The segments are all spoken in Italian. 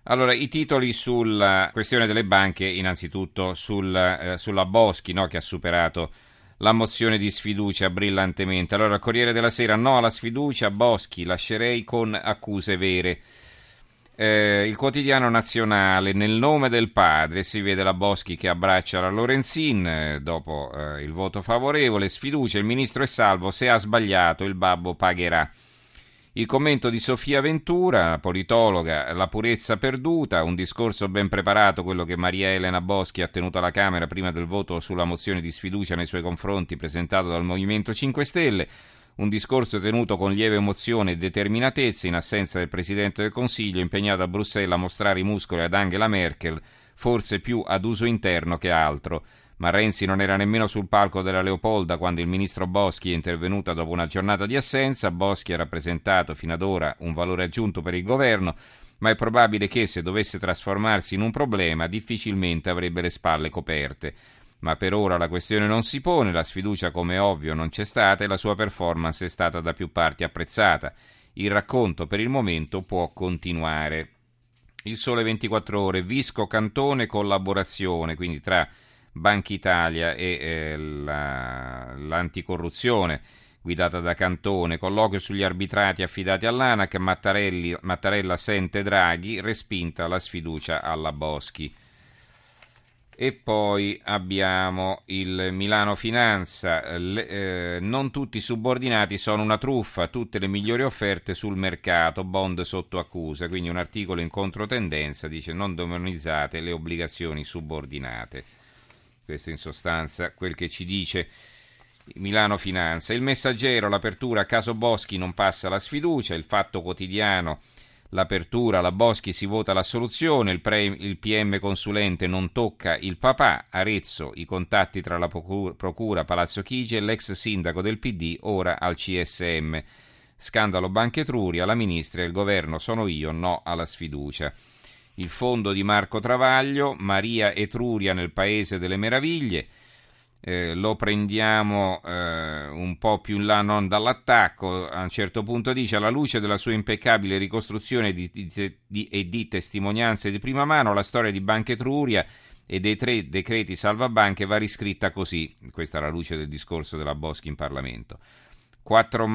Allora, i titoli sulla questione delle banche, innanzitutto sulla Boschi, no, che ha superato la mozione di sfiducia brillantemente. Allora, Corriere della Sera, no alla sfiducia, Boschi, lascerei con accuse vere. Il quotidiano nazionale, nel nome del padre, si vede la Boschi che abbraccia la Lorenzin dopo il voto favorevole, sfiducia, il ministro è salvo, se ha sbagliato il babbo pagherà. Il commento di Sofia Ventura, politologa, la purezza perduta, un discorso ben preparato, quello che Maria Elena Boschi ha tenuto alla Camera prima del voto sulla mozione di sfiducia nei suoi confronti presentato dal Movimento 5 Stelle, un discorso tenuto con lieve emozione e determinatezza in assenza del Presidente del Consiglio impegnato a Bruxelles a mostrare i muscoli ad Angela Merkel, forse più ad uso interno che altro. Ma Renzi non era nemmeno sul palco della Leopolda quando il ministro Boschi è intervenuta dopo una giornata di assenza. Boschi ha rappresentato fino ad ora un valore aggiunto per il governo, ma è probabile che se dovesse trasformarsi in un problema difficilmente avrebbe le spalle coperte. Ma per ora la questione non si pone, la sfiducia come ovvio non c'è stata e la sua performance è stata da più parti apprezzata. Il racconto per il momento può continuare. Il Sole 24 Ore, Visco Cantone collaborazione, quindi tra Banca Italia e l'anticorruzione guidata da Cantone, colloquio sugli arbitrati affidati all'ANAC, Mattarella sente Draghi, respinta la sfiducia alla Boschi. E poi abbiamo il Milano Finanza, non tutti i subordinati sono una truffa, tutte le migliori offerte sul mercato, bond sotto accusa, quindi un articolo in controtendenza, dice non demonizzate le obbligazioni subordinate. Questo in sostanza quel che ci dice Milano Finanza. Il Messaggero, l'apertura a caso Boschi non passa la sfiducia, il Fatto Quotidiano, l'apertura, la Boschi si vota la soluzione, il PM consulente non tocca il papà, Arezzo, i contatti tra la Procura Palazzo Chigi e l'ex sindaco del PD, ora al CSM. Scandalo Banca Etruria, la ministra e il governo sono io, no alla sfiducia. Il fondo di Marco Travaglio, Maria Etruria nel Paese delle Meraviglie, lo prendiamo un po' più in là, non dall'attacco, a un certo punto dice alla luce della sua impeccabile ricostruzione e di testimonianze di prima mano, la storia di Banca Etruria e dei 3 decreti salvabanche va riscritta così, questa è la luce del discorso della Boschi in Parlamento. 4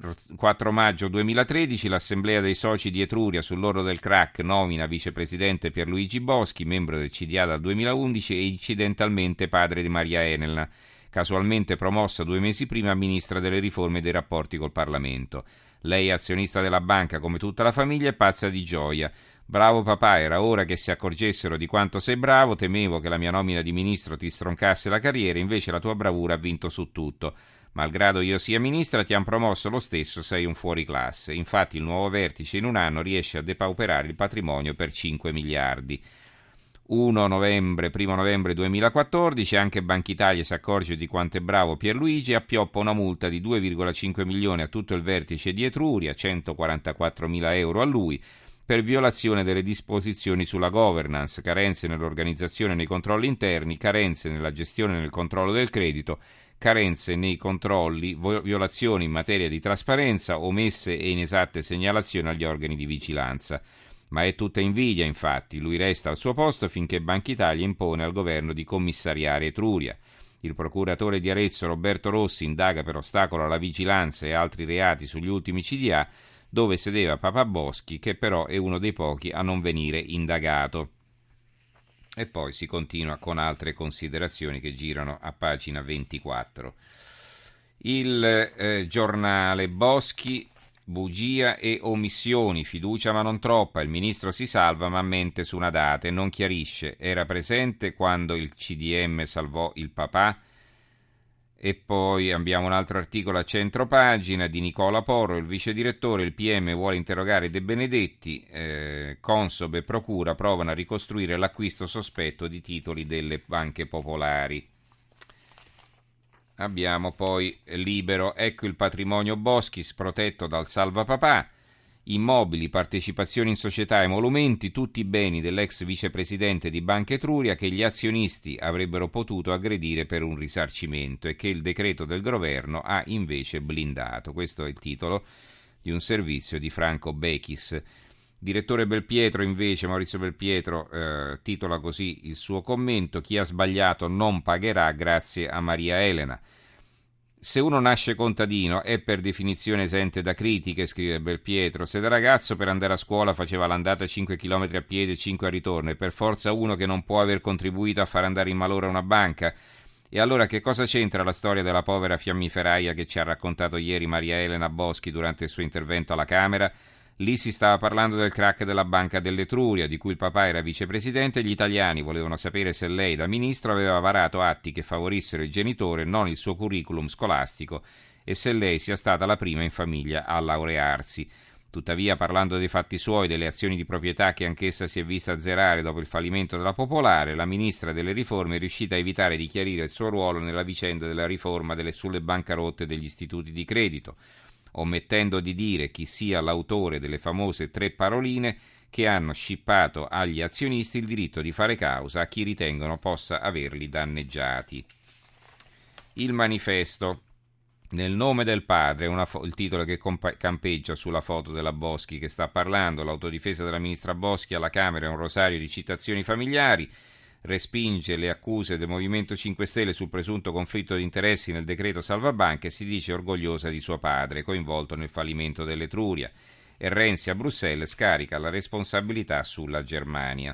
maggio 2013 l'assemblea dei soci di Etruria sull'orlo del crack nomina vicepresidente Pierluigi Boschi, membro del CDA dal 2011 e incidentalmente padre di Maria Elena, casualmente promossa 2 mesi prima ministra delle riforme e dei rapporti col Parlamento. Lei è azionista della banca come tutta la famiglia e pazza di gioia. Bravo papà, era ora che si accorgessero di quanto sei bravo, temevo che la mia nomina di ministro ti stroncasse la carriera, invece la tua bravura ha vinto su tutto. Malgrado io sia ministra, ti han promosso lo stesso, sei un fuoriclasse. Infatti il nuovo vertice in un anno riesce a depauperare il patrimonio per 5 miliardi. 1 novembre 2014, anche Banca Italia si accorge di quanto è bravo Pierluigi e appioppa una multa di 2,5 milioni a tutto il vertice di Etruria, 144 mila euro a lui, per violazione delle disposizioni sulla governance, carenze nell'organizzazione e nei controlli interni, carenze nella gestione e nel controllo del credito, carenze nei controlli, violazioni in materia di trasparenza, omesse e inesatte segnalazioni agli organi di vigilanza. Ma è tutta invidia, infatti. Lui resta al suo posto finché Banca Italia impone al governo di commissariare Etruria. Il procuratore di Arezzo, Roberto Rossi, indaga per ostacolo alla vigilanza e altri reati sugli ultimi CDA, dove sedeva Papa Boschi, che però è uno dei pochi a non venire indagato. E poi si continua con altre considerazioni che girano a pagina 24. Il giornale Boschi, bugia e omissioni, fiducia ma non troppa, il ministro si salva ma mente su una data e non chiarisce, era presente quando il CDM salvò il papà? E poi abbiamo un altro articolo a centropagina di Nicola Porro, il vice direttore, il PM vuole interrogare De Benedetti, Consob e Procura provano a ricostruire l'acquisto sospetto di titoli delle banche popolari. Abbiamo poi Libero, ecco il patrimonio Boschi protetto dal Salva Papà, immobili, partecipazioni in società, emolumenti, tutti i beni dell'ex vicepresidente di Banca Etruria che gli azionisti avrebbero potuto aggredire per un risarcimento e che il decreto del governo ha invece blindato. Questo è il titolo di un servizio di Franco Bechis. Direttore Belpietro invece, Maurizio Belpietro, titola così il suo commento: chi ha sbagliato non pagherà, grazie a Maria Elena. Se uno nasce contadino è per definizione esente da critiche, scrive Belpietro. Se da ragazzo per andare a scuola faceva l'andata 5 km a piedi e 5 al ritorno, è per forza uno che non può aver contribuito a far andare in malora una banca? E allora che cosa c'entra la storia della povera fiammiferaia che ci ha raccontato ieri Maria Elena Boschi durante il suo intervento alla Camera? Lì si stava parlando del crack della Banca dell'Etruria, di cui il papà era vicepresidente, e gli italiani volevano sapere se lei, da ministro, aveva varato atti che favorissero il genitore, non il suo curriculum scolastico, e se lei sia stata la prima in famiglia a laurearsi. Tuttavia, parlando dei fatti suoi, delle azioni di proprietà che anch'essa si è vista azzerare dopo il fallimento della Popolare, la ministra delle riforme è riuscita a evitare di chiarire il suo ruolo nella vicenda della riforma sulle bancarotte degli istituti di credito, omettendo di dire chi sia l'autore delle famose 3 paroline che hanno scippato agli azionisti il diritto di fare causa a chi ritengono possa averli danneggiati. Il manifesto. Nel nome del padre, il titolo che campeggia sulla foto della Boschi che sta parlando. L'autodifesa della ministra Boschi alla Camera è un rosario di citazioni familiari. Respinge le accuse del Movimento 5 Stelle sul presunto conflitto di interessi nel decreto salvabanche e si dice orgogliosa di suo padre, coinvolto nel fallimento dell'Etruria. E Renzi a Bruxelles scarica la responsabilità sulla Germania.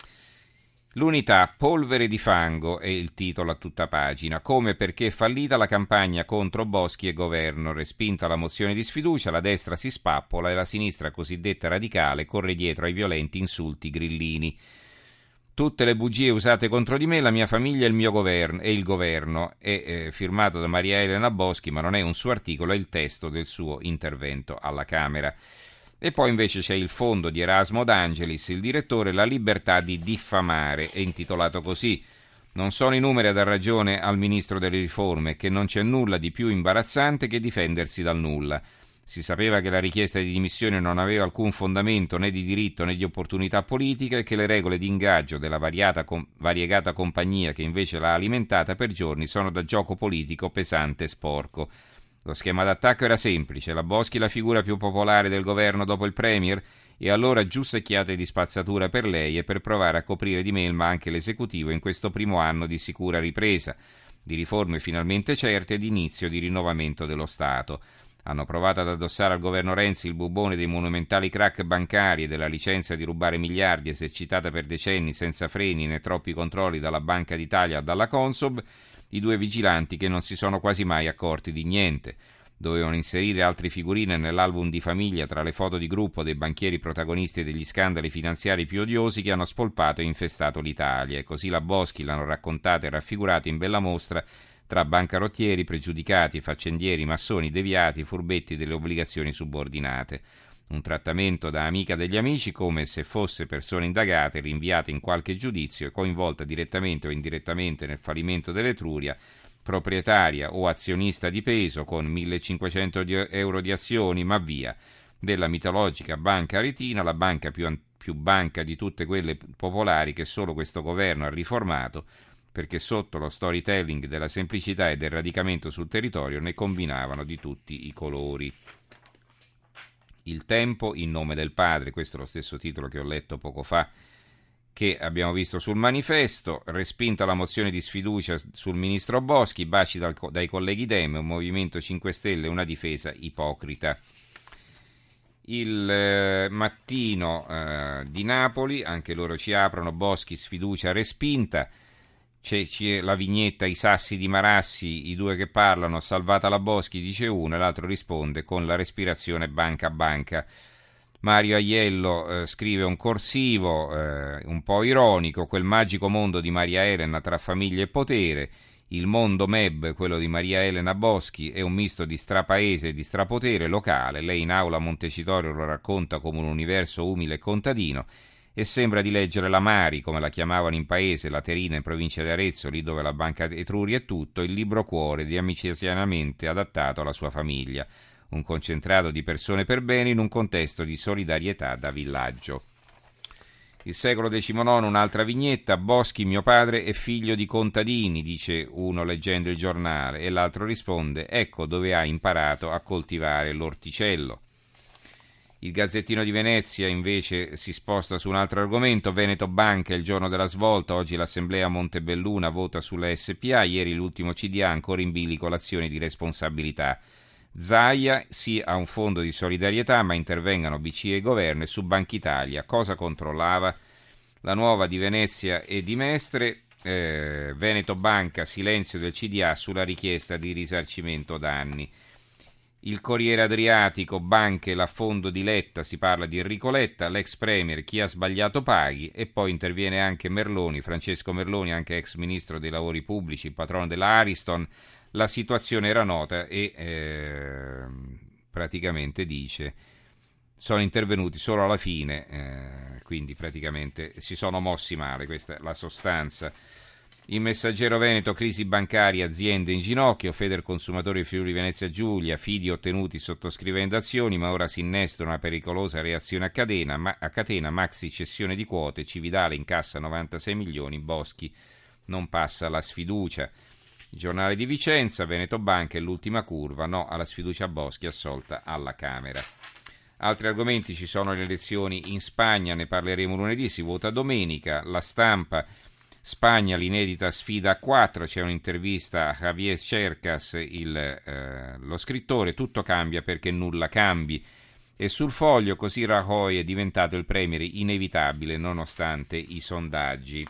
L'Unità, polvere di fango è il titolo a tutta pagina. Come e perché è fallita la campagna contro Boschi e governo. Respinta la mozione di sfiducia, la destra si spappola e la sinistra cosiddetta radicale corre dietro ai violenti insulti grillini. Tutte le bugie usate contro di me, la mia famiglia e il mio governo, e il governo. È firmato da Maria Elena Boschi, ma non è un suo articolo, è il testo del suo intervento alla Camera. E poi invece c'è il fondo di Erasmo D'Angelis, il direttore, La libertà di diffamare, è intitolato così. Non sono i numeri a dar ragione al ministro delle riforme, che non c'è nulla di più imbarazzante che difendersi dal nulla. Si sapeva che la richiesta di dimissione non aveva alcun fondamento né di diritto né di opportunità politica e che le regole di ingaggio della variegata compagnia che invece l'ha alimentata per giorni sono da gioco politico pesante e sporco. Lo schema d'attacco era semplice: la Boschi la figura più popolare del governo dopo il Premier, e allora giù secchiate di spazzatura per lei e per provare a coprire di melma anche l'esecutivo in questo primo anno di sicura ripresa, di riforme finalmente certe e di inizio di rinnovamento dello Stato. Hanno provato ad addossare al governo Renzi il bubone dei monumentali crack bancari e della licenza di rubare miliardi esercitata per decenni senza freni né troppi controlli dalla Banca d'Italia o dalla Consob, i 2 vigilanti che non si sono quasi mai accorti di niente. Dovevano inserire altre figurine nell'album di famiglia tra le foto di gruppo dei banchieri protagonisti degli scandali finanziari più odiosi che hanno spolpato e infestato l'Italia, e così la Boschi l'hanno raccontata e raffigurata in bella mostra tra bancarottieri, pregiudicati, faccendieri, massoni, deviati, furbetti delle obbligazioni subordinate. Un trattamento da amica degli amici, come se fosse persona indagata e rinviata in qualche giudizio e coinvolta direttamente o indirettamente nel fallimento dell'Etruria, proprietaria o azionista di peso con 1.500 euro di azioni, ma via, della mitologica Banca Aretina, la banca più banca di tutte quelle popolari che solo questo governo ha riformato, perché sotto lo storytelling della semplicità e del radicamento sul territorio ne combinavano di tutti i colori. Il Tempo in nome del padre, questo è lo stesso titolo che ho letto poco fa, che abbiamo visto sul manifesto. Respinta la mozione di sfiducia sul ministro Boschi, baci dai colleghi Dem, un Movimento 5 Stelle, una difesa ipocrita. Il Mattino di Napoli, anche loro ci aprono: Boschi sfiducia respinta. C'è la vignetta I sassi di Marassi, i 2 che parlano, salvata la Boschi, dice uno, e l'altro risponde con la respirazione banca a banca. Mario Aiello scrive un corsivo un po' ironico: quel magico mondo di Maria Elena tra famiglia e potere. Il mondo MEB, quello di Maria Elena Boschi, è un misto di strapaese e di strapotere locale. Lei in aula a Montecitorio lo racconta come un universo umile e contadino, e sembra di leggere la Mari, come la chiamavano in paese, Laterina in provincia di Arezzo, lì dove la Banca Etruria è tutto, il libro cuore amicizianamente adattato alla sua famiglia. Un concentrato di persone per bene in un contesto di solidarietà da villaggio. Il Secolo XIX, un'altra vignetta: Boschi, mio padre, è figlio di contadini, dice uno leggendo il giornale, e l'altro risponde: ecco dove ha imparato a coltivare l'orticello. Il Gazzettino di Venezia invece si sposta su un altro argomento. Veneto Banca, il giorno della svolta. Oggi l'Assemblea Montebelluna vota sulla SPA. Ieri l'ultimo CDA, ancora in bilico l'azione di responsabilità. Zaia, sì a un fondo di solidarietà, ma intervengano BCE e governo. E su Banca Italia, cosa controllava? La Nuova di Venezia e di Mestre. Veneto Banca, silenzio del CDA sulla richiesta di risarcimento danni. Il Corriere Adriatico, banche, l'affondo di Letta, si parla di Enrico Letta, l'ex premier, chi ha sbagliato paghi, e poi interviene anche Merloni, Francesco Merloni, anche ex ministro dei lavori pubblici, il patrono della Ariston. La situazione era nota e praticamente dice sono intervenuti solo alla fine, quindi praticamente si sono mossi male, questa è la sostanza. Il Messaggero Veneto, crisi bancaria, aziende in ginocchio, Federconsumatori Friuli Venezia Giulia, fidi ottenuti sottoscrivendo azioni, ma ora si innesta una pericolosa reazione a catena, maxi cessione di quote, Cividale incassa 96 milioni, Boschi non passa la sfiducia. Il Giornale di Vicenza, Veneto Banca è l'ultima curva, no alla sfiducia a Boschi, assolta alla Camera. Altri argomenti, ci sono le elezioni in Spagna, ne parleremo lunedì, si vota domenica. La Stampa, Spagna, l'inedita sfida a 4, c'è un'intervista a Javier Cercas, lo scrittore, tutto cambia perché nulla cambi. E sul Foglio, così Rajoy è diventato il premier inevitabile nonostante i sondaggi.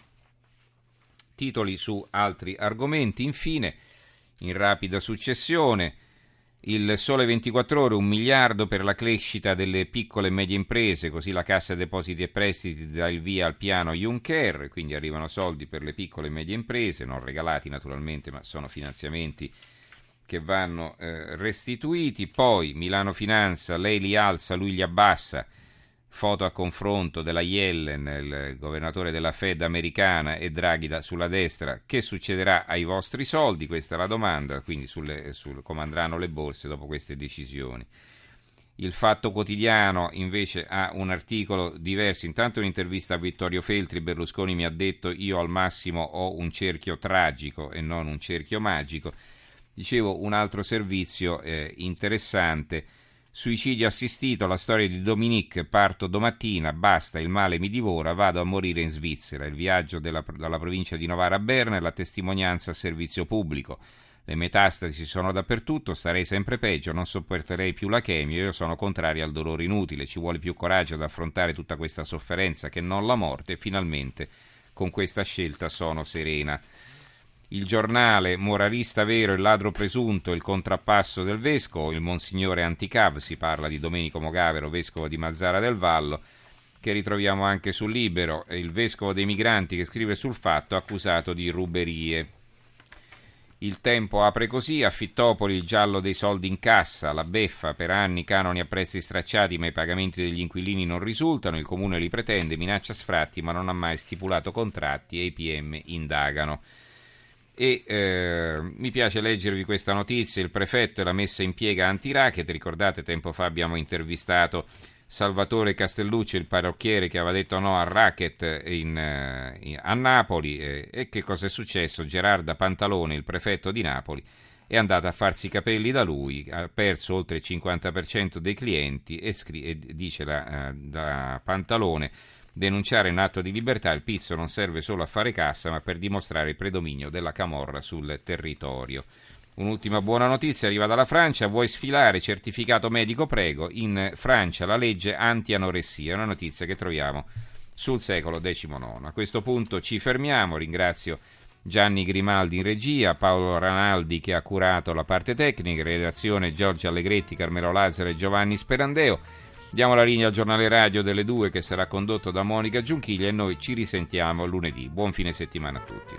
Titoli su altri argomenti, infine, in rapida successione. Il Sole 24 Ore, 1 miliardo per la crescita delle piccole e medie imprese, così la Cassa Depositi e Prestiti dà il via al piano Juncker, quindi arrivano soldi per le piccole e medie imprese, non regalati naturalmente, ma sono finanziamenti che vanno restituiti. Poi Milano Finanza, lei li alza, lui li abbassa, foto a confronto della Yellen, il governatore della Fed americana, e Draghi sulla destra. Che succederà ai vostri soldi? Questa è la domanda, quindi come andranno le borse dopo queste decisioni. Il Fatto Quotidiano invece ha un articolo diverso, intanto un'intervista a Vittorio Feltri. Berlusconi mi ha detto io al massimo ho un cerchio tragico e non un cerchio magico. Dicevo, un altro servizio interessante. Suicidio assistito, la storia di Dominique, parto domattina, basta, il male mi divora, vado a morire in Svizzera. Il viaggio dalla provincia di Novara a Berna e la testimonianza a servizio pubblico. Le metastasi sono dappertutto, starei sempre peggio, non sopporterei più la chemio, io sono contrario al dolore inutile, ci vuole più coraggio ad affrontare tutta questa sofferenza che non la morte, e finalmente con questa scelta sono serena. Il Giornale, moralista vero, il ladro presunto, il contrappasso del vescovo, il monsignore Anticav, si parla di Domenico Mogavero, vescovo di Mazzara del Vallo, che ritroviamo anche sul Libero, e il vescovo dei migranti che scrive sul Fatto, accusato di ruberie. Il Tempo apre così, a Fittopoli il giallo dei soldi in cassa, la beffa, per anni canoni a prezzi stracciati ma i pagamenti degli inquilini non risultano, il comune li pretende, minaccia sfratti ma non ha mai stipulato contratti e i PM indagano. E mi piace leggervi questa notizia, il prefetto e la messa in piega anti-racket. Ricordate, tempo fa abbiamo intervistato Salvatore Castellucci, il parrocchiere che aveva detto no al racket a Napoli, e che cosa è successo? Gerarda Pantalone, il prefetto di Napoli, è andata a farsi i capelli da lui, ha perso oltre il 50% dei clienti e dice da Pantalone: denunciare un atto di libertà, il pizzo non serve solo a fare cassa ma per dimostrare il predominio della camorra sul territorio. Un'ultima buona notizia arriva dalla Francia, vuoi sfilare, certificato medico prego, in Francia la legge anti-anoressia, è una notizia che troviamo sul Secolo XIX. A questo punto ci fermiamo, ringrazio Gianni Grimaldi in regia, Paolo Ranaldi che ha curato la parte tecnica, redazione Giorgio Allegretti, Carmelo Lazzaro e Giovanni Sperandeo. Diamo la linea al giornale radio delle 2 che sarà condotto da Monica Giunchiglia e noi ci risentiamo lunedì. Buon fine settimana a tutti.